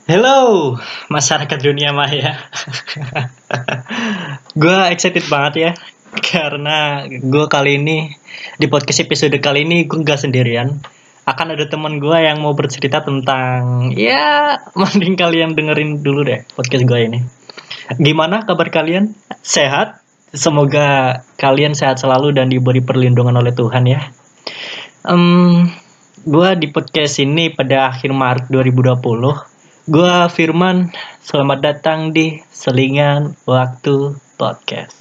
Hello, masyarakat dunia maya. Gue excited banget ya, karena gue kali ini di podcast episode kali ini gue gak sendirian. Akan ada teman gue yang mau bercerita tentang ya, mending kalian dengerin dulu deh podcast gue ini. Gimana kabar kalian? Sehat? Semoga kalian sehat selalu dan diberi perlindungan oleh Tuhan ya. Gue di podcast ini pada akhir Maret 2020. Gue Firman, selamat datang di Selingan Waktu Podcast.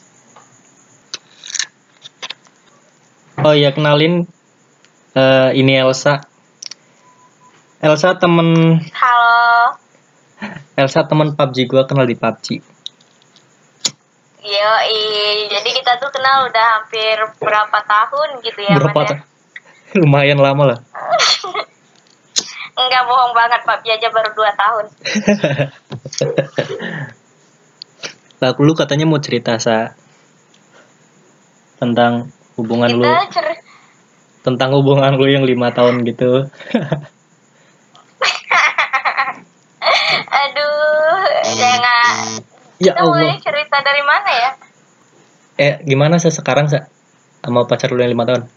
Oh ya, kenalin, ini Elsa. Elsa temen Halo, PUBG, gue kenal di PUBG. yoi. Jadi kita tuh kenal udah hampir berapa tahun gitu ya, Berapa Man ya? tahun? Lumayan lama lah. Enggak bohong banget, Pak. Aja baru 2 tahun. Lah, lu katanya mau cerita tentang hubungan lu, tentang hubungan lu yang 5 tahun gitu. Aduh, jangan. Ya Kita mulai Allah. cerita dari mana ya? Gimana sekarang sama pacar lu yang 5 tahun?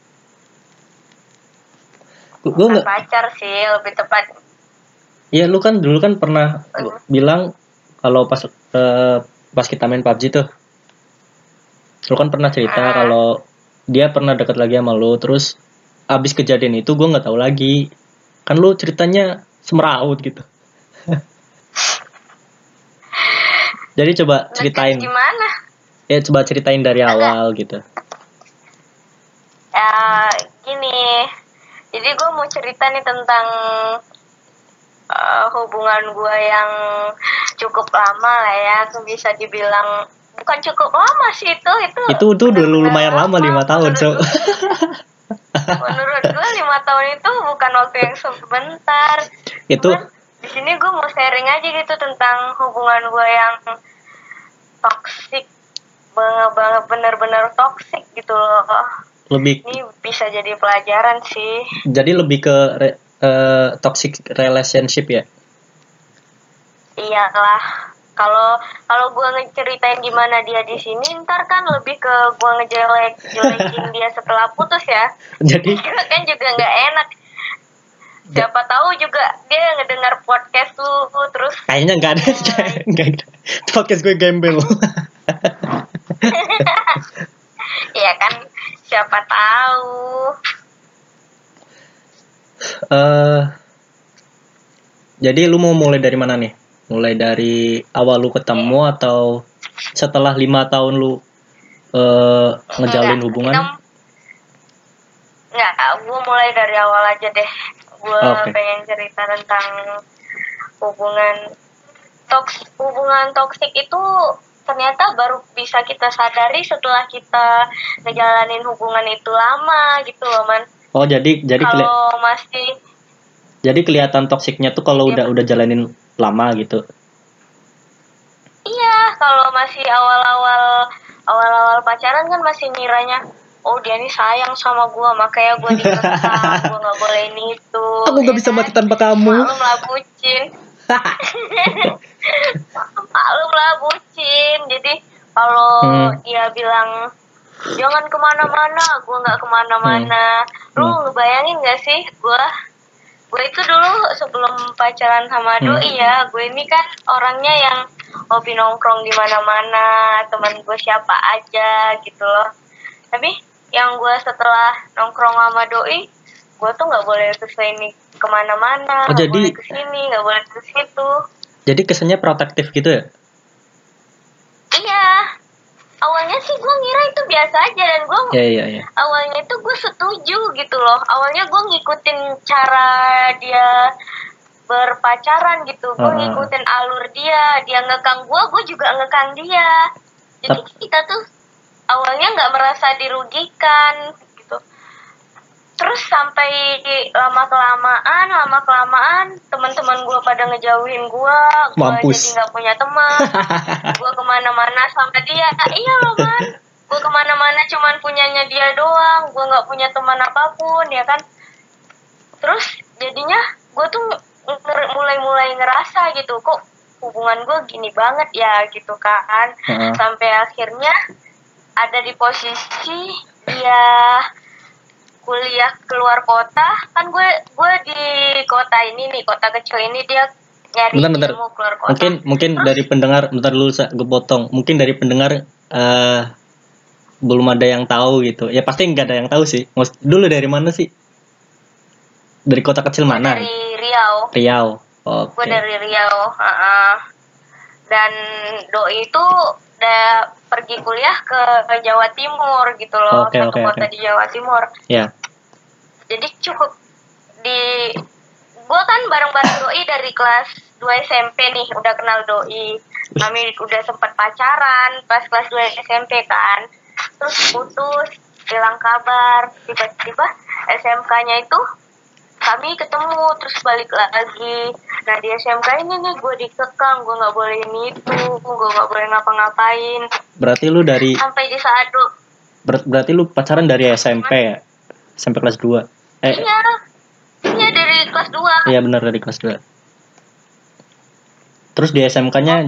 Gue Bukan nggak. pacar sih, lebih tepat. Iya, lu kan dulu kan pernah bilang kalau pas kita main PUBG tuh, lu kan pernah cerita kalau dia pernah dekat lagi sama lu, terus abis kejadian itu gue nggak tahu lagi. Kan lu ceritanya semeraut gitu. Jadi coba ceritain. Gimana? Ya coba ceritain dari awal gitu. Ya, gini. Jadi gue mau cerita nih tentang hubungan gue yang cukup lama lah ya. Bisa dibilang bukan cukup lama sih Itu dulu lumayan lama 5 tahun, so. Menurut gue 5 tahun itu bukan waktu yang sebentar. Itu di sini gue mau sharing aja gitu tentang hubungan gue yang toksik, banget bener-bener toksik gitu loh. lebih, Ini bisa jadi pelajaran sih. jadi lebih ke toxic relationship ya. Iyalah. Kalau gue ngeceritain gimana dia di sini, ntar kan lebih ke gue ngejelekin dia setelah putus ya. Jadi Kan juga nggak enak. Siapa tahu juga dia ngedengar podcast lu terus. kayaknya nggak ada, nggak ada. Podcast gue gembel. Iya kan, siapa tahu. Jadi lu mau mulai dari mana nih? Mulai dari awal lu ketemu atau setelah 5 tahun lu ngejalin hubungan? Enggak, gue mulai dari awal aja deh. Gue pengen cerita tentang hubungan toksik itu ternyata baru bisa kita sadari setelah kita ngejalanin hubungan itu lama gitu loh, Man. Oh, jadi kalau masih jadi kelihatan toksiknya tuh kalau udah jalanin lama gitu. Iya, kalau masih awal-awal pacaran kan masih ngiranya, oh dia nih sayang sama gue, makanya gue dikekang, gue nggak boleh itu. Aku nggak bisa mati tanpa kamu. Maklum lah bucin. Maklum lah bucin. Jadi kalau dia bilang jangan kemana-mana, gue nggak kemana-mana. Lu bayangin nggak sih, gue itu dulu sebelum pacaran sama doi ya, gue ini kan orangnya yang hobi nongkrong di mana-mana, teman gue siapa aja gitu loh. Tapi yang gue setelah nongkrong sama doi, gue tuh nggak boleh kesini kemana-mana, nggak boleh kesini, nggak boleh ke situ. Jadi kesannya protektif gitu ya? Iya. Awalnya sih gue ngira itu biasa aja, dan gue awalnya itu gue setuju gitu loh. Awalnya gue ngikutin cara dia berpacaran gitu. Gue ngikutin alur dia ngekang gue juga ngekang dia. Jadi kita tuh awalnya nggak merasa dirugikan gitu. Terus sampai lama kelamaan teman-teman gue pada ngejauhin gue jadi nggak punya teman. Gue kemana-mana sama dia, iya loh kan, gue kemana-mana cuman punyanya dia doang, gue nggak punya teman apapun ya kan. Terus jadinya gue tuh mulai ngerasa gitu, kok hubungan gue gini banget ya gitu kan. Sampai akhirnya ada di posisi dia kuliah keluar kota, kan gue di kota ini nih, kota kecil ini, dia nyari ilmu keluar kota. Mungkin terus, dari pendengar, bentar dulu gue potong, mungkin dari pendengar belum ada yang tahu gitu ya, pasti nggak ada yang tahu sih. Dulu dari mana sih? Dari kota kecil mana? Dari Riau. Okay. Gue dari Riau. Dan doi itu udah pergi kuliah ke Jawa Timur gitu loh, satu kota di Jawa Timur. Yeah. Jadi cukup gue kan bareng-bareng doi dari kelas 2 SMP nih, udah kenal doi. Kami udah sempat pacaran pas kelas 2 SMP kan. Terus putus, hilang kabar. Tiba-tiba SMK-nya itu kami ketemu, terus balik lagi. Nah di SMK ini nih gue dikekang, gue nggak boleh itu, gue nggak boleh ngapa-ngapain. Berarti lu dari sampai di saat lu berarti lu pacaran dari SMP ya? SMP kelas 2? Iya dari kelas 2. Iya benar, dari kelas 2. Terus di SMK-nya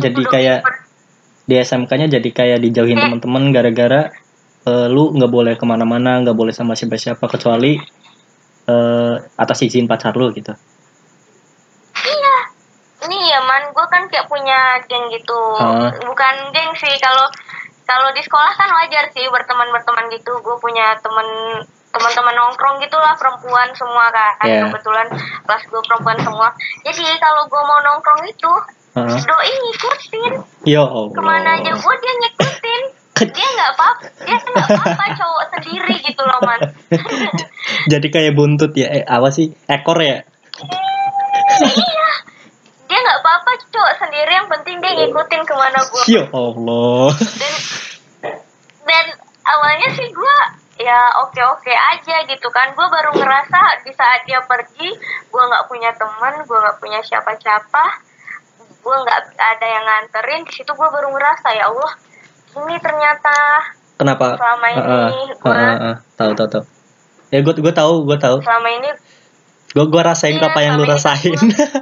jadi kayak dijauhin teman-teman gara-gara lu nggak boleh kemana-mana, nggak boleh sama siapa-siapa kecuali atas izin pacar lu gitu. Iya, ini ya man, gue kan kayak punya geng gitu. Bukan geng sih, kalau di sekolah kan wajar sih berteman gitu. Gue punya teman-teman nongkrong gitulah, perempuan semua kan. Kebetulan kelas gue perempuan semua. Jadi kalau gue mau nongkrong itu doi ngikutin. Ya Allah. Kemana aja gue dia ngikutin. Dia nggak apa-apa cowok sendiri gitu loh man. Jadi kayak buntut ya, apa sih, ekor ya? Iya, dia nggak apa-apa cowok sendiri, yang penting dia ngikutin kemana gue. Ya Allah. Dan awalnya sih gue ya oke aja gitu kan. Gue baru ngerasa di saat dia pergi, gue nggak punya teman, gue nggak punya siapa-siapa, gue nggak ada yang nganterin. Di situ gue baru ngerasa, ya Allah, ini ternyata kenapa selama ini gue tahu ya, gue tahu selama ini gue rasain apa yang lu rasain.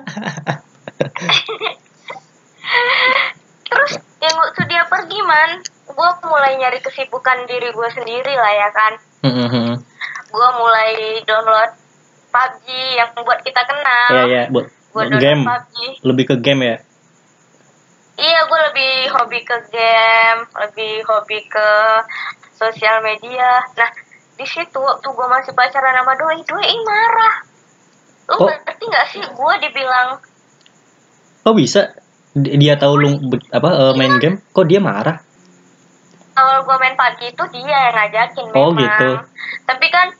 Terus yang waktu dia pergi man, gue mulai nyari kesibukan diri gue sendiri lah ya kan. Gue mulai download PUBG yang buat kita kenal. Iya buat game. PUBG. Lebih ke game ya? Iya, gue lebih hobi ke game, lebih hobi ke sosial media. Nah, di situ waktu gue masih pacaran sama doi marah. Lu ngerti nggak sih? Gue dibilang. Oh bisa? Dia tahu lu main game? Kok dia marah? Awal gue main PUBG itu dia yang ngajakin memang. Oh gitu. Tapi kan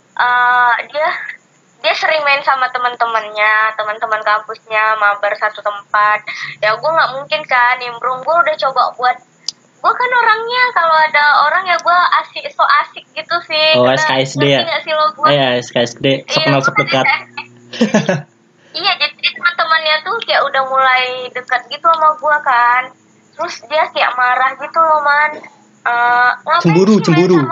dia sering main sama teman-teman kampusnya, mabar satu tempat. Ya gue nggak mungkin kan nimbrung. Gue udah coba buat, gue kan orangnya kalau ada orang ya gue asik gitu sih. Oh SKSD ya? Iya SKSD, sok kenal sok dekat. Iya, jadi teman-temannya tuh kayak udah mulai dekat gitu sama gue kan. Terus dia kayak marah gitu loh man. Cemburu.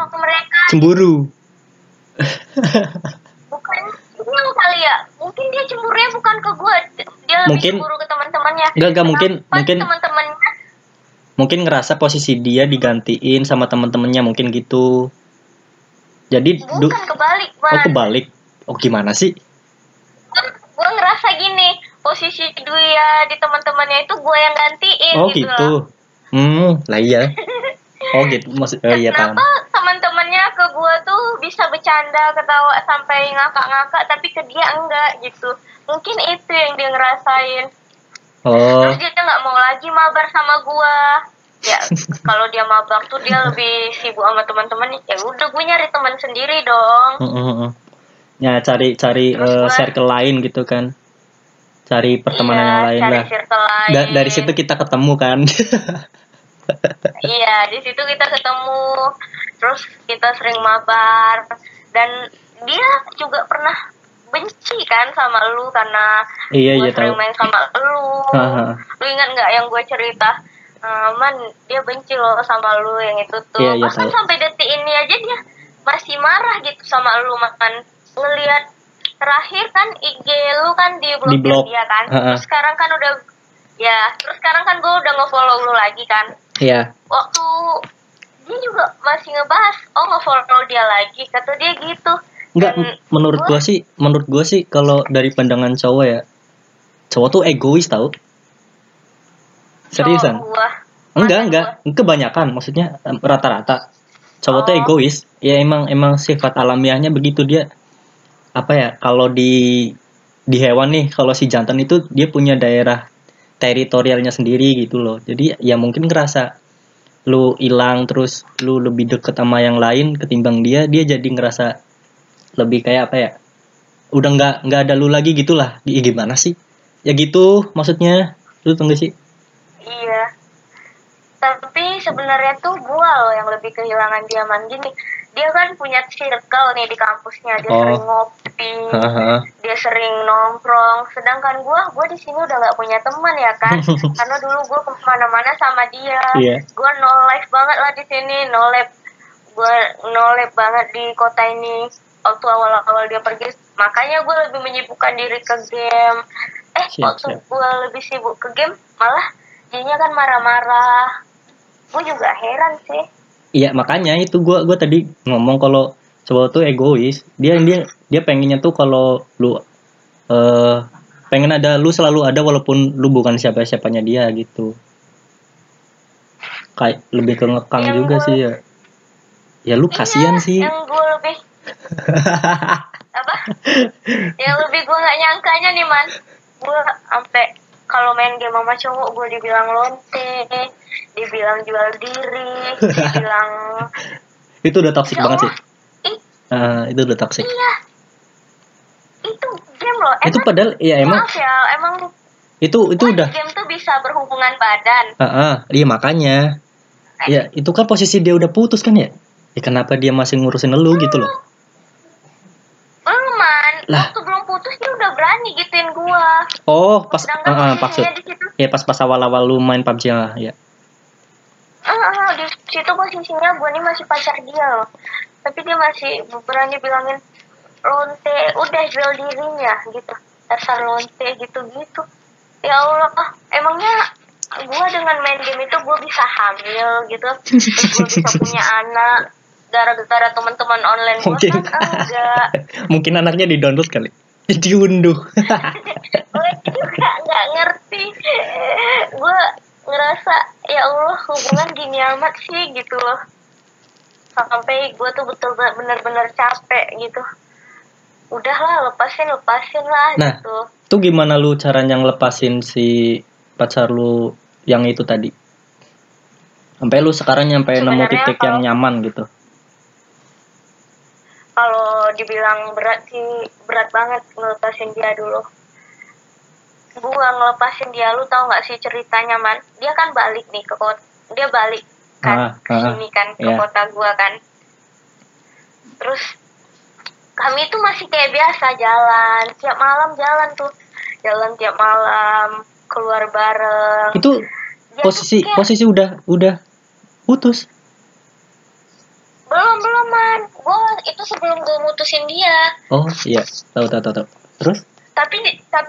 Bukan kali ya, mungkin dia cemburunya bukan ke gue, dia lebih cemburu ke teman-temannya. Enggak mungkin teman-temannya mungkin ngerasa posisi dia digantiin sama teman-temannya, mungkin gitu. Jadi bukan kebalik man. Oh kebalik, gimana sih? Gue ngerasa gini, posisi dia di teman-temannya itu gue yang gantiin. Gitu. Lah iya. Oh gitu, maksudnya iya paham. Kenapa teman-temannya ke gue tuh bisa bercanda, ketawa sampai ngakak-ngakak, tapi ke dia enggak gitu. Mungkin itu yang dia ngerasain. Terus dia nggak mau lagi mabar sama gue. Ya kalau dia mabar tuh dia lebih sibuk sama teman-temannya. Ya udah gue nyari teman sendiri dong. Ya cari circle lain gitu kan. Cari pertemanan yang lain lah. Dari situ kita ketemu kan. Iya, di situ kita ketemu, terus kita sering mabar, dan dia juga pernah benci kan sama lu karena gue sering main sama lu. Lu ingat nggak yang gue cerita? Man, dia benci loh sama lu yang itu tuh. Bahkan sampai detik ini aja dia masih marah gitu sama lu, man. Ngelihat terakhir kan IG lu kan di blok dia kan. Terus sekarang kan udah gue udah nge-follow lu lagi kan. Iya. Waktu dia juga masih ngebahas, nge-follow dia lagi, kata dia gitu. Enggak, menurut gue sih kalau dari pandangan cowok ya, cowok tuh egois tau. Seriusan? Enggak, kebanyakan, maksudnya rata-rata cowok tuh egois. Ya emang sifat alamiahnya begitu dia. Apa ya? Kalau di hewan nih, kalau si jantan itu dia punya daerah teritorialnya sendiri gitu loh. Jadi ya mungkin ngerasa lu hilang terus lu lebih deket sama yang lain ketimbang dia jadi ngerasa lebih kayak apa ya? Udah nggak ada lu lagi gitulah. Ya gimana sih? Ya gitu maksudnya. Lu tau gak sih? Iya. Tapi sebenarnya tuh gua loh yang lebih kehilangan dia, man. Gini, dia kan punya circle nih di kampusnya, dia sering ngopi, dia sering nongkrong. Sedangkan gua di sini udah nggak punya teman ya kan, karena dulu gua kemana-mana sama dia. Gua no life banget lah di sini, gua no life banget di kota ini. Waktu awal-awal dia pergi, makanya gue lebih menyibukkan diri ke game. Waktu gue lebih sibuk ke game, malah dianya kan marah-marah. Gue juga heran sih. Iya, makanya itu gue tadi ngomong kalau cowok tuh egois. Dia pengennya tuh kalau lu pengen ada lu selalu ada walaupun lu bukan siapa-siapanya dia gitu. Kayak lebih ke ngekang yang juga sih ya. Ya lu kasihan sih. Yang gue lebih apa? Yang lebih gue nggak nyangkanya nih, man. Gue sampai kalau main game sama cowok gue dibilang lonte, dibilang jual diri, dibilang itu udah toksik banget sih. Itu udah toksik. Iya. Itu game loh. Itu padahal ya emang. Maaf ya, emang. Itu udah. Game tuh bisa berhubungan badan. Iya makanya. Ya itu kan posisi dia udah putus kan ya. Ya kenapa dia masih ngurusin lu gitu loh? Waktu belum putus dia udah berani gituin gua. Pas maksud. Ya pas awal-awal lu main PUBG lah ya. Di situ posisinya gua nih masih pacar dia loh. Tapi dia masih berani bilangin lonte, udah jual dirinya gitu. Dasar lonte gitu-gitu. Ya Allah, emangnya gua dengan main game itu gua bisa hamil gitu. Terus gua bisa punya anak. Gara-gara teman-teman online gue kan enggak. Mungkin anaknya di-download kali. Diunduh. Gue juga nggak ngerti. Gue ngerasa ya Allah hubungan gini amat sih gitu loh. Sampai gue tuh bener-bener capek gitu. Udahlah lepasin lah gitu. Tuh gimana lu caranya ngelepasin si pacar lu yang itu tadi? Sampai lu sekarang nyampe nemu titik yang nyaman gitu. Kalau dibilang berat sih, berat banget ngelepasin dia dulu. Gua ngelepasin dia, lu tahu nggak sih ceritanya, man? Dia kan balik nih ke kota, dia balik kan ke sini kan ke kota gua kan. Terus kami tuh masih kayak biasa jalan tiap malam tiap malam keluar bareng. Itu posisi udah putus. Belum man, gue itu sebelum gue mutusin dia. Oh iya, tahu. Terus? Tapi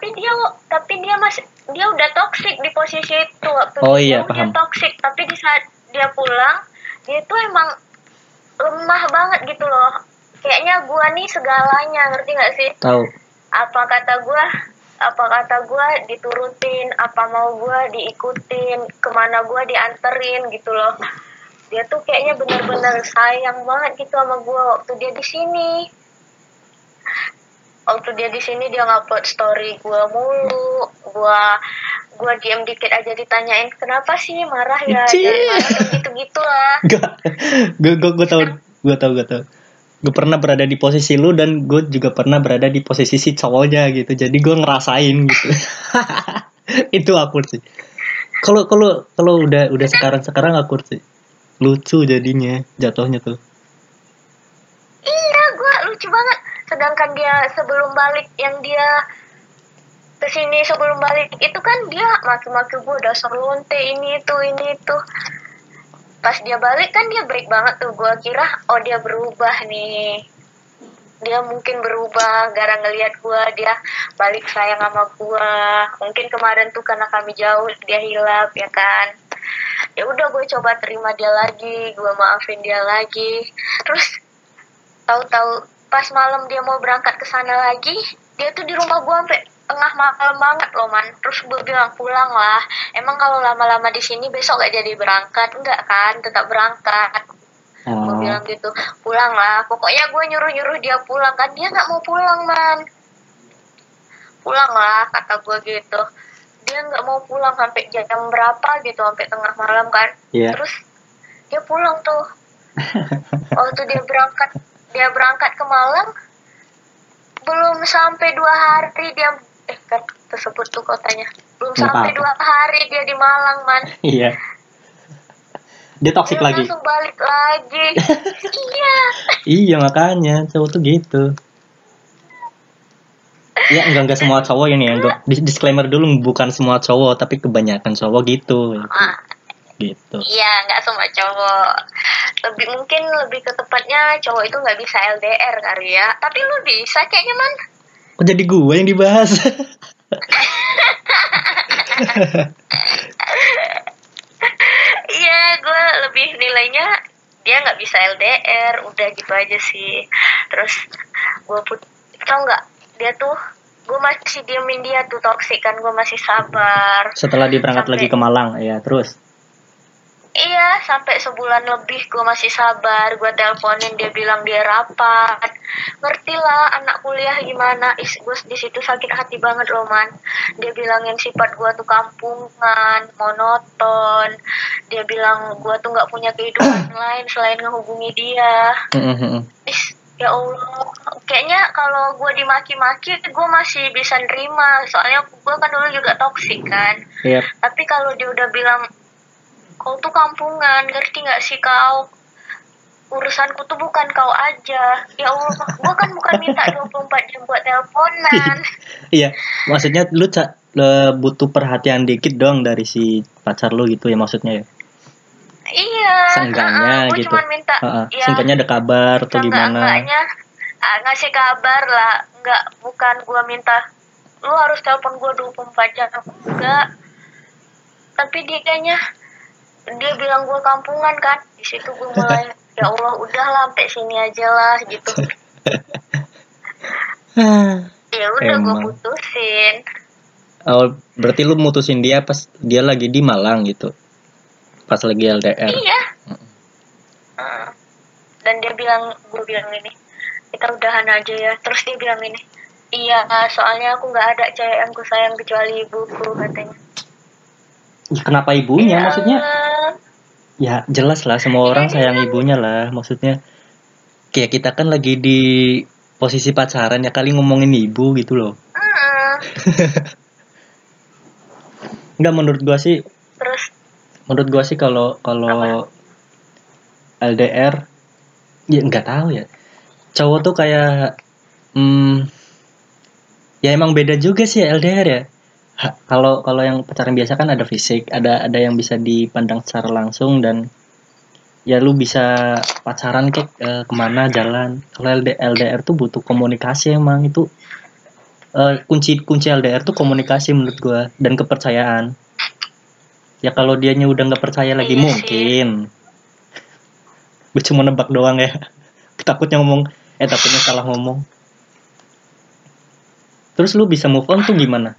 dia udah toksik di posisi itu waktu paham. Dia toksik, tapi di saat dia pulang, dia tuh emang lemah banget gitu loh. Kayaknya gue nih segalanya, ngerti nggak sih? Tahu. Apa kata gue diturutin, apa mau gue diikutin, kemana gue dianterin gitu loh. Dia tuh kayaknya benar-benar sayang banget gitu sama gue waktu dia di sini. Waktu dia di sini dia ngupload story gue mulu. Gue diam dikit aja ditanyain kenapa sih marah ya, gitu-gitu lah. Gue tahu. Gue pernah berada di posisi lu dan gue juga pernah berada di posisi si cowoknya gitu. Jadi gue ngerasain gitu. Itu awkward sih. Kalau udah sekarang awkward sih. Lucu jadinya jatuhnya tuh. Iya, gue lucu banget. Sedangkan dia sebelum balik yang dia kesini sebelum balik itu kan dia maki-maki gue dasar lonte ini itu. Pas dia balik kan dia break banget tuh. Gue kira dia berubah nih. dia mungkin berubah gara ngelihat gue, dia balik sayang sama gue. Mungkin kemarin tuh karena kami jauh dia hilaf ya kan. Ya udah gue coba terima dia lagi, gue maafin dia lagi. Terus tahu-tahu pas malam dia mau berangkat ke sana lagi, dia tuh di rumah gue sampai tengah malam banget loh man. Terus gue bilang pulang lah, emang kalau lama-lama di sini besok gak jadi berangkat? Enggak kan, tetap berangkat. Gue bilang gitu, pulang lah. Pokoknya gue nyuruh dia pulang kan, dia nggak mau pulang man. Pulang lah kata gue gitu. Dia nggak mau pulang sampai jam berapa gitu, sampai tengah malam kan. Yeah. Terus dia pulang tuh. Waktu dia berangkat ke Malang, belum sampai 2 hari dia kan tersebut tuh kotanya. Belum sampai 2 hari dia di Malang man. Iya. Dia toksik lagi. Langsung balik lagi. Iya. Iya makanya cowok tuh gitu. Ya enggak semua cowok ini ya. Disclaimer dulu, bukan semua cowok tapi kebanyakan cowok gitu. Gitu. Iya, nggak semua cowok. Mungkin lebih ke tepatnya cowok itu nggak bisa LDR kali ya. Tapi lu bisa kayaknya man. Kok jadi gue yang dibahas? Iya, gue lebih nilainya dia nggak bisa LDR, udah gitu aja sih. Terus gue tau nggak, dia tuh gue masih diemin dia tuh toksik kan, gue masih sabar. Setelah dia berangkat lagi ke Malang, ya terus. Iya, sampai sebulan lebih gue masih sabar. Gue teleponin, dia bilang dia rapat. Ngertilah anak kuliah gimana. Gue di situ sakit hati banget loh man. Dia bilangin sifat gue tuh kampungan, monoton. Dia bilang gue tuh nggak punya kehidupan lain selain ngehubungi dia. Ya Allah, kayaknya kalau gue dimaki-maki gue masih bisa nerima. Soalnya gue kan dulu juga toksik kan. Yep. Tapi kalau dia udah bilang kau tuh kampungan, ngerti gak sih kau? Urusanku tuh bukan kau aja. Ya Allah, gue kan bukan minta 24 jam buat teleponan. Iya, maksudnya lu butuh perhatian dikit dong dari si pacar lu gitu ya maksudnya ya? Iya. Seenggaknya gitu. Gue cuma minta, ya, seenggaknya ada kabar atau gimana? Enggaknya ngasih kabar lah. Bukan gue minta, lu harus telepon gue 24 jam. Enggak. Tapi dia bilang gue kampungan kan. Di situ gue mulai ya Allah udahlah sampai sini aja lah gitu. Ya udah gue putusin. Oh, berarti lu mutusin dia pas dia lagi di Malang gitu. Pas lagi LDR. Iya. Dan gue bilang ini, kita udahan aja ya. Terus dia bilang ini, iya soalnya aku nggak ada cewek yang ku sayang kecuali ibuku katanya. Kenapa ibunya maksudnya? Ya jelas lah semua orang sayang ibunya lah. Maksudnya kayak kita kan lagi di posisi pacaran ya kali ngomongin ibu gitu loh. Enggak, menurut gua sih kalau LDR ya nggak tahu ya. Cowok tuh kayak ya emang beda juga sih LDR ya. Kalau yang pacaran biasa kan ada fisik, ada yang bisa dipandang secara langsung dan ya lu bisa pacaran kemana jalan. Kalau LDR tuh butuh komunikasi, emang itu kunci LDR tuh komunikasi menurut gua dan kepercayaan. Ya kalau dianya udah nggak percaya lagi mungkin. Gue cuma nebak doang ya. Takutnya salah ngomong. Terus lu bisa move on tuh gimana?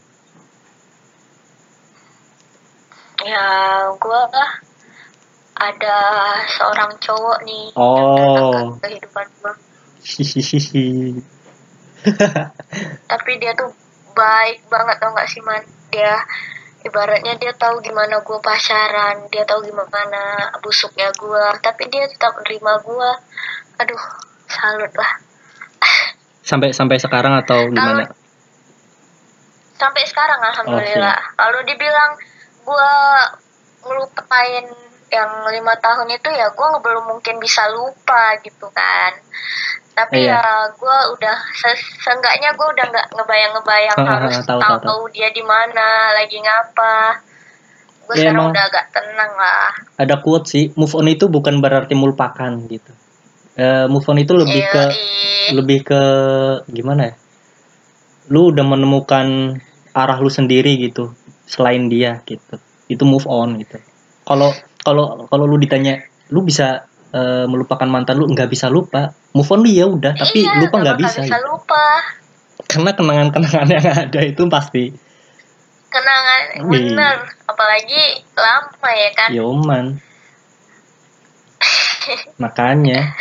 Ya gue ada seorang cowok nih yang datang ke kehidupan gue. Tapi dia tuh baik banget, tau gak sih man. Dia ibaratnya dia tahu gimana gue pacaran, dia tahu gimana busuknya gue, tapi dia tetap menerima gue. Aduh, salut lah. Sampai sekarang atau gimana? Sampai sekarang alhamdulillah. Kalau dibilang gue ngelupain yang 5 tahun itu ya gue belum mungkin bisa lupa gitu kan. Tapi ya gue udah seenggaknya gue udah nggak ngebayang harus tahu dia di mana lagi ngapa. Gue sekarang udah agak tenang lah. Ada quote sih, move on itu bukan berarti melupakan gitu. Move on itu lebih ke gimana ya? Lu udah menemukan arah lu sendiri gitu selain dia gitu. Itu move on gitu. Kalau lu ditanya lu bisa melupakan mantan lu, nggak bisa lupa. Move on lu ya udah, tapi lupa nggak bisa. Bisa gitu. Lupa. Karena kenangan-kenangan yang ada itu pasti. Kenangan bener, apalagi lama ya kan. Yoman. Makanya.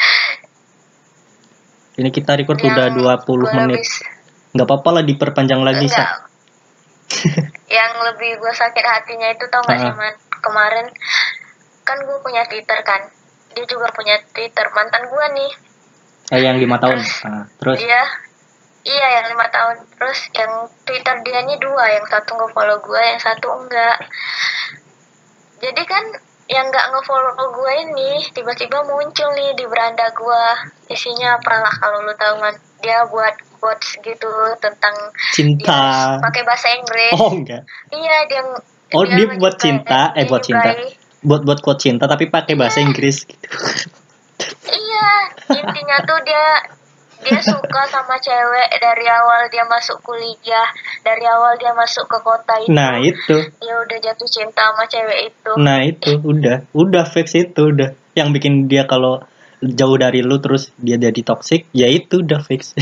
Ini kita record udah 20 menit. Nggak apa-apa lah diperpanjang lagi, Sa. Yang lebih gue sakit hatinya itu tau gak sih, Man? Kemarin kan gue punya Twitter kan. Dia juga punya Twitter, mantan gue nih. Yang 5 tahun. Terus? Iya, yang 5 tahun. Terus yang Twitter dia nih 2, yang satu nge-follow gue, yang satu enggak. Jadi kan yang enggak nge-follow gue ini tiba-tiba muncul nih di beranda gue. Isinya apalah kalau lu tahu, Man. Dia buat quotes gitu tentang cinta. Pakai bahasa Inggris. Oh, enggak. Iya, dia buat cinta, buat cinta. Buat quote cinta tapi pakai bahasa Inggris gitu. Iya, intinya tuh dia suka sama cewek dari awal dia masuk kuliah, dari awal dia masuk ke kota itu. Nah, itu. Ya udah jatuh cinta sama cewek itu. Nah, itu udah fix itu udah. Yang bikin dia kalau jauh dari lu terus dia jadi toxic, ya itu udah fix.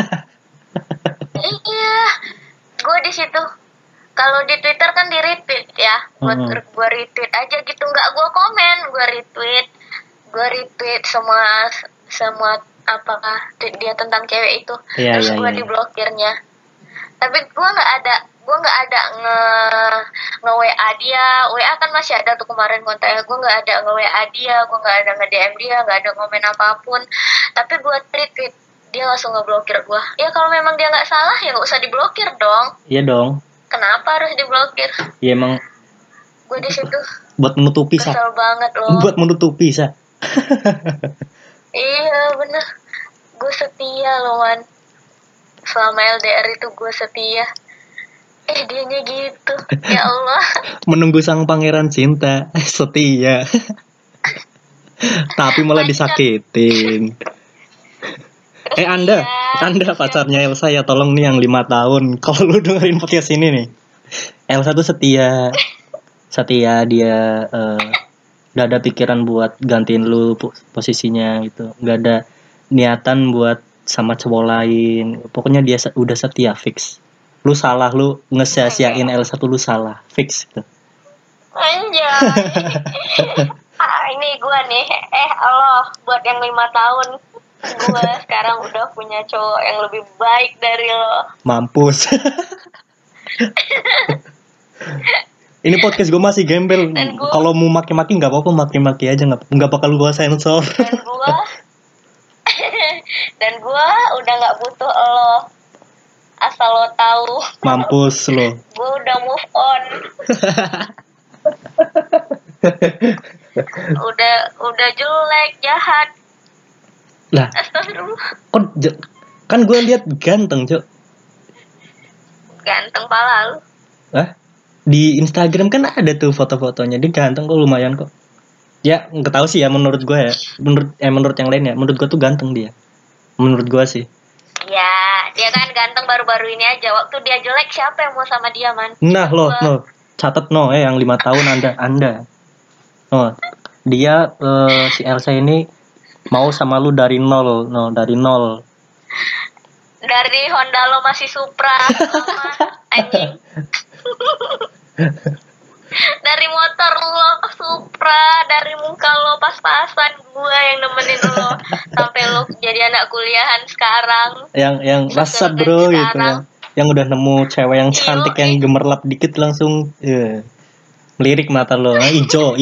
Iya. Gue di situ. Kalau di Twitter kan di retweet ya, buat gue retweet aja gitu, nggak gue komen, gue retweet semua apakah dia tentang cewek itu, terus gue diblokirnya. Tapi gue nggak ada nge WA dia, WA kan masih ada tuh kemarin kontaknya, gue nggak ada nge WA dia, gue nggak ada nge DM dia, nggak ada komen apapun, tapi gue retweet, dia langsung ngeblokir gue. Ya kalau memang dia nggak salah ya nggak usah diblokir dong. Iya dong. Kenapa harus diblokir? Ya emang. Gue di situ. Buat menutupi Sa. Kesel banget loh. Buat menutupi Sa. Iya bener. Gue setia loh, Man. Selama LDR itu gue setia. Dianya gitu. Ya Allah. Menunggu sang pangeran cinta. Setia. Tapi malah disakitin. Anda pacarnya Elsa ya, tolong nih yang 5 tahun. Kalau lu dengerin podcast ini nih, Elsa tuh setia dia gak ada pikiran buat gantiin lu posisinya gitu, gak ada niatan buat sama cowok lain. Pokoknya dia udah setia fix. Lu salah, lu ngesia-siain Elsa tuh lu salah fix gitu. Anjay. Ini gua nih, Allah buat yang 5 tahun. Gue sekarang udah punya cowok yang lebih baik dari lo. Mampus. Ini podcast gue masih gembel. Kalau mau maki-maki nggak apa-apa, maki-maki aja, nggak bakal gue sensor. Dan gue udah nggak butuh lo. Asal lo tahu. Mampus lo. Gue udah move on. udah jelek, jahat. Lah, kan gue lihat ganteng, Cok. Ganteng pala lu. Di Instagram kan ada tuh foto-fotonya, dia ganteng kok, lumayan kok. Ya, nggak tahu sih ya menurut gue ya. Menurut yang lain ya, menurut gue tuh ganteng dia. Menurut gue sih. Ya, dia kan ganteng baru-baru ini aja. Waktu dia jelek siapa yang mau sama dia, Man? Nah, lo catat yang 5 tahun Anda. Dia si Elsa ini mau sama lu dari nol. Dari Honda lo masih Supra, anjing. Dari motor lo Supra, dari muka lo pas-pasan gue yang nemenin lo sampai lo jadi anak kuliahan sekarang. Yang rasat bro gitu ya. Yang udah nemu cewek yang cantik yang gemerlap dikit langsung melirik mata lo, hijau.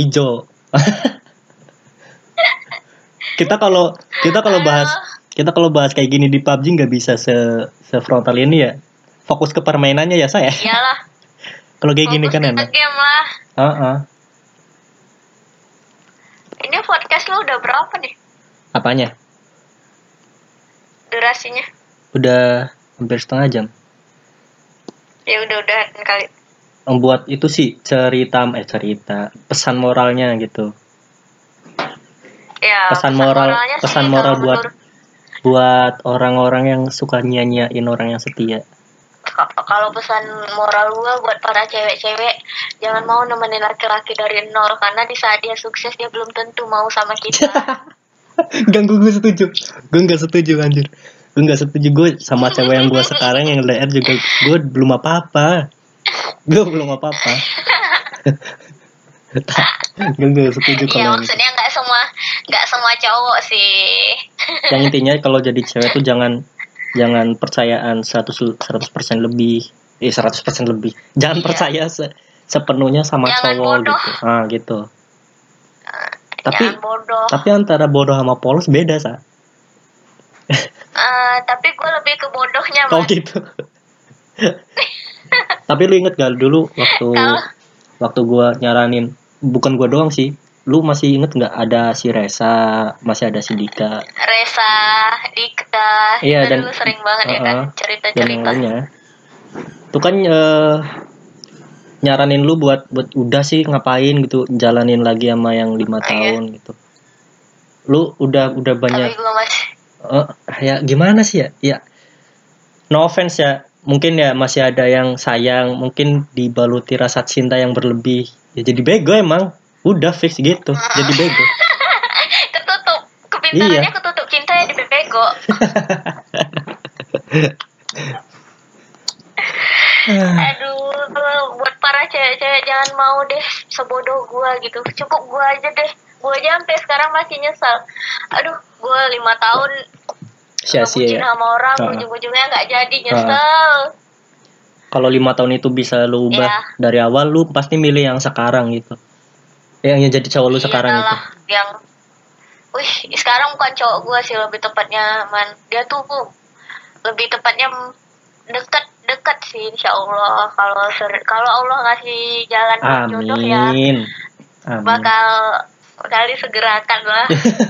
Kita kalau bahas kayak gini di PUBG nggak bisa se-frontal ini ya. Fokus ke permainannya ya saya. Iyalah. Kalau kayak gini kan enak. Game lah. Ini podcast lo udah berapa nih? Apanya? Durasinya? Udah hampir setengah jam. Ya udah kali. Membuat itu sih cerita pesan moralnya gitu. Ya, pesan moral buat orang-orang yang suka nyanyain orang yang setia. Kalau pesan moral gue buat para cewek-cewek, jangan mau nemenin laki-laki dari nol, karena di saat dia sukses dia belum tentu mau sama kita. Gue setuju. Gue nggak setuju anjir. Gue nggak setuju. Gue sama cewek yang gue sekarang yang LDR juga gue belum apa-apa. Gue nggak setuju kalau. Iya, maksudnya nggak semua cowok sih. Yang intinya kalau jadi cewek tuh jangan percayaan 100% lebih. 100% lebih. Jangan percaya sepenuhnya sama jangan cowok bodoh. gitu. Gitu. Tapi antara bodoh sama polos beda, Sa. Tapi gue lebih ke bodohnya, Man. Oh gitu. Tapi lu inget gak dulu waktu gue nyaranin, bukan gue doang sih, lu masih inget gak ada si Resa, masih ada si Dika? Dika, iya, dan dulu sering banget ya kan cerita-cerita. Itu kan nyaranin lu buat udah sih ngapain gitu, jalanin lagi sama yang 5 tahun gitu. Lu udah banyak. Tapi gue masih ya gimana sih ya? Ya no offense ya, mungkin ya masih ada yang sayang, mungkin dibaluti rasa cinta yang berlebih. Ya jadi bego emang. Udah fix gitu. Jadi bego. Ketutup. Kepintarannya ketutup, cintanya di bego. Aduh, buat para cewek-cewek jangan mau deh sebodoh gua gitu. Cukup gua aja deh. Gua aja sampai sekarang masih nyesal. Aduh, gua 5 tahun sia-sia ya. Sama orang, ujung-ujungnya nggak jadi, nyesel. Kalau 5 tahun itu bisa lu ubah dari awal, lu pasti milih yang sekarang gitu. Yang jadi cowok lu sekarang itu. Sekarang bukan cowok gue sih, lebih tepatnya Man. Dia tuh lebih tepatnya dekat sih, insya Allah. Kalau Allah ngasih jalan jodoh ya, bakal disegerakan lah.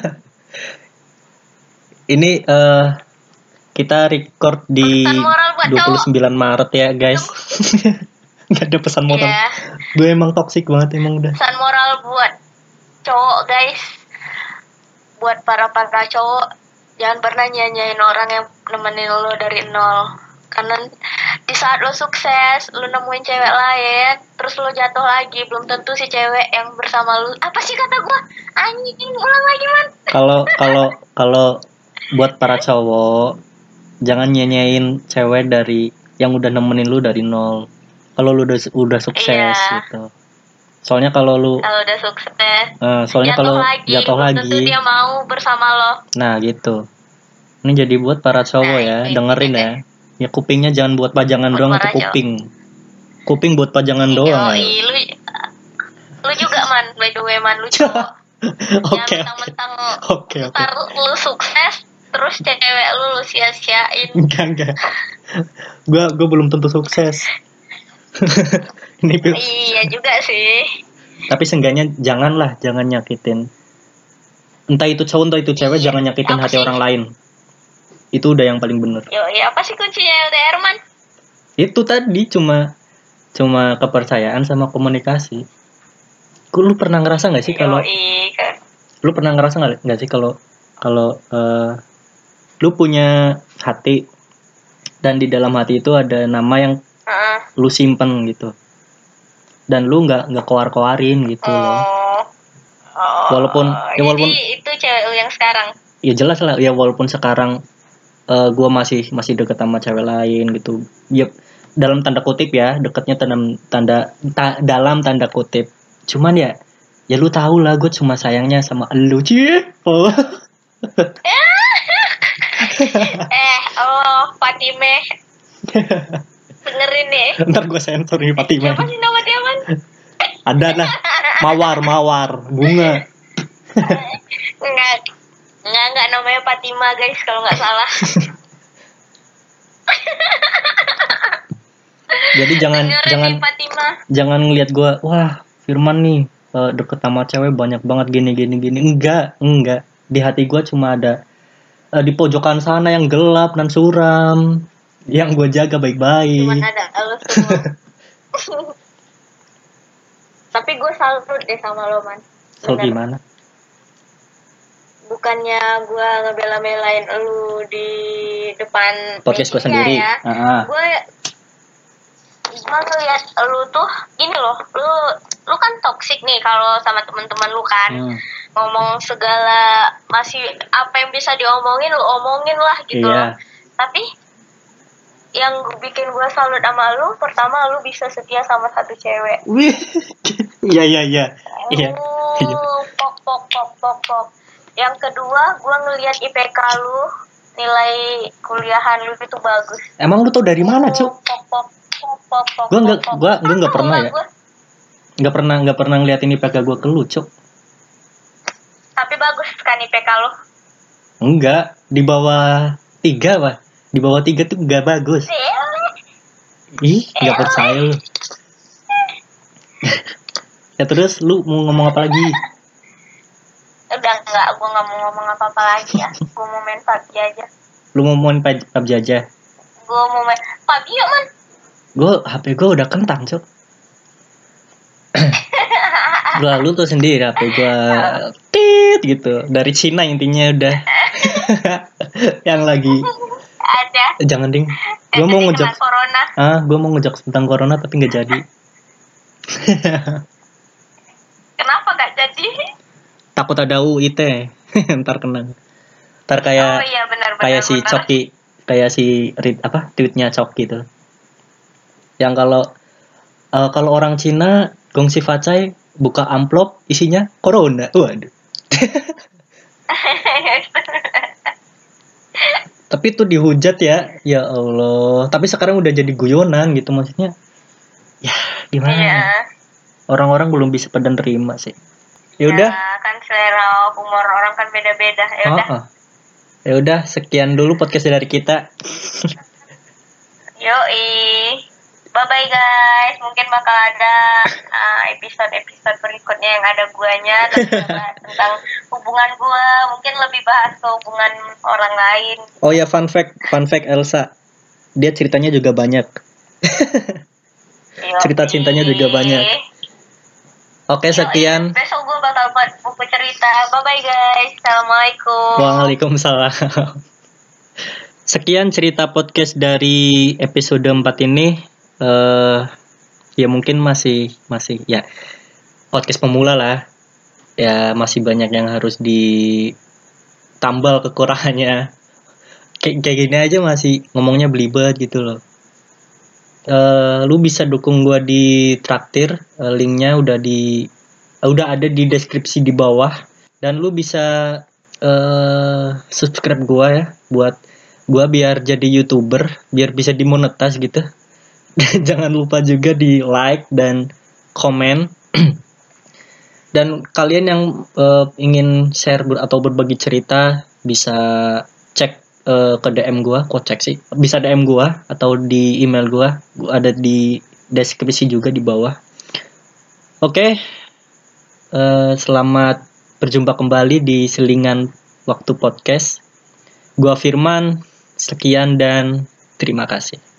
Ini kita record di 29 Maret ya guys. Gak ada pesan moral. Gue emang toksik banget emang udah. Pesan moral buat cowok guys, buat para cowok, jangan pernah nyanyain orang yang nemenin lo dari nol. Karena di saat lo sukses, lo nemuin cewek lain, terus lo jatuh lagi, belum tentu si cewek yang bersama lo. Apa sih kata gue? Anjing, ulang lagi Man. Kalau buat para cowok, jangan nyanyain cewek dari yang udah nemenin lu dari nol. Kalau lu udah sukses gitu. Soalnya kalau udah sukses, soalnya kalau jatuh lagi, tentu dia mau bersama lo. Nah gitu. Ini jadi buat para cowok ya, dengerin ya. Ya kupingnya jangan buat pajangan doang atau kuping. Kuping buat pajangan doang. Lu juga Man, by the way Man, lu cowok. Jangan mentang-mentang ntar lu sukses, terus cewek lu sia-siain. Enggak. Gue belum tentu sukses. Iya juga sih. Tapi seenggaknya jangan nyakitin. Entah itu cowok entah itu cewek, jangan nyakitin hati orang lain. Itu udah yang paling benar. Apa sih kuncinya LDR Man? Itu tadi cuma kepercayaan sama komunikasi. Lu pernah ngerasa nggak sih kalau? Lu pernah ngerasa nggak sih kalau lu punya hati dan di dalam hati itu ada nama yang lu simpen gitu, dan lu nggak keluarin gitu loh. Walaupun itu cewek lu yang sekarang. Ya jelas lah ya, walaupun sekarang gue masih deket sama cewek lain gitu. Yep, dalam tanda kutip ya, deketnya dalam tanda kutip. Cuman ya lu tahu lah gue cuma sayangnya sama elu cie. Fatime. Dengerin nih. Ntar gue sensor nih Fatime. Siapa sih nama dia Man? Ada lah. Mawar bunga. Enggak namanya Fatima guys kalau nggak salah. Jadi jangan ngelihat gue, wah Firman nih deket sama cewek banyak banget gini. Enggak. Di hati gue cuma ada di pojokan sana yang gelap dan suram, yang gue jaga baik-baik. Cuman ada lo semua. Tapi gue salut deh sama lo Man. So gimana? bukannya gue ngebela-belain lu di depan podcast gue sendiri ya. Gue ngeliat lu tuh gini loh, lu kan toksik nih kalau sama teman-teman lu kan. Ngomong segala, masih apa yang bisa diomongin lu omongin lah gitu loh. Tapi yang bikin gue salut sama lu, pertama lu bisa setia sama satu cewek. Iya. Pok. Yang kedua, gue ngelihat IPK lu, nilai kuliahan lu itu bagus. Emang lu tau dari mana, Cuk? Gue nggak pernah ya. Nggak pernah ngeliatin IPK gue ke lu, Cuk. Tapi bagus kan IPK lu? Enggak, di bawah 3 Pak. Di bawah 3 tuh gak bagus. Ih, gak percaya lu. Ya terus lu mau ngomong apa lagi? Udah enggak, gue gak mau ngomong apa-apa lagi ya. Gue mau main PUBG aja. Lu mau main PUBG aja? Gue mau main PUBG yuk man. HP gue udah kentang, Cok. Lu tuh sendiri HP gue tit gitu. Dari Cina intinya udah. Yang lagi ada. Jangan ding. Gue mau ngejok corona. Gue mau ngejok tentang corona tapi nggak jadi. Kenapa nggak jadi? Takut ada UIT. Ntar kena. Ntar kayak kayak si Coki, kayak si tweetnya Coki tuh. Yang kalau orang Cina gongsi facai buka amplop isinya corona. Waduh. Tapi itu dihujat ya Allah. Tapi sekarang udah jadi guyonan gitu maksudnya. Ya gimana? Yeah. Orang-orang belum bisa pada nerima sih. Ya udah. Ya, kan selera humor orang kan beda-beda. Ya udah. Ya udah, sekian dulu podcast dari kita. Yoi. Bye-bye guys. Mungkin bakal ada episode-episode berikutnya yang ada guanya tentang hubungan gua. Mungkin lebih bahas ke hubungan orang lain. Oh ya, fun fact Elsa. Dia ceritanya juga banyak. Cerita cintanya juga banyak. Oke, sekian. Besok gua bakal buat buku cerita. Bye-bye guys. Assalamualaikum. Waalaikumsalam. Sekian cerita podcast dari episode 4 ini. Ya mungkin masih ya podcast pemula lah. Ya masih banyak yang harus ditambal kekurangannya. Kayak gini aja masih ngomongnya belibet gitu loh. Lu bisa dukung gua di Traktir, linknya udah ada di deskripsi di bawah, dan lu bisa subscribe gua ya buat gua biar jadi YouTuber, biar bisa dimonetize gitu. Jangan lupa juga di like dan komen. Dan kalian yang ingin share atau berbagi cerita bisa cek ke DM gua, kocek sih. Bisa DM gua atau di email gua ada di deskripsi juga di bawah. Oke. Selamat berjumpa kembali di Selingan Waktu Podcast. Gua Firman, sekian dan terima kasih.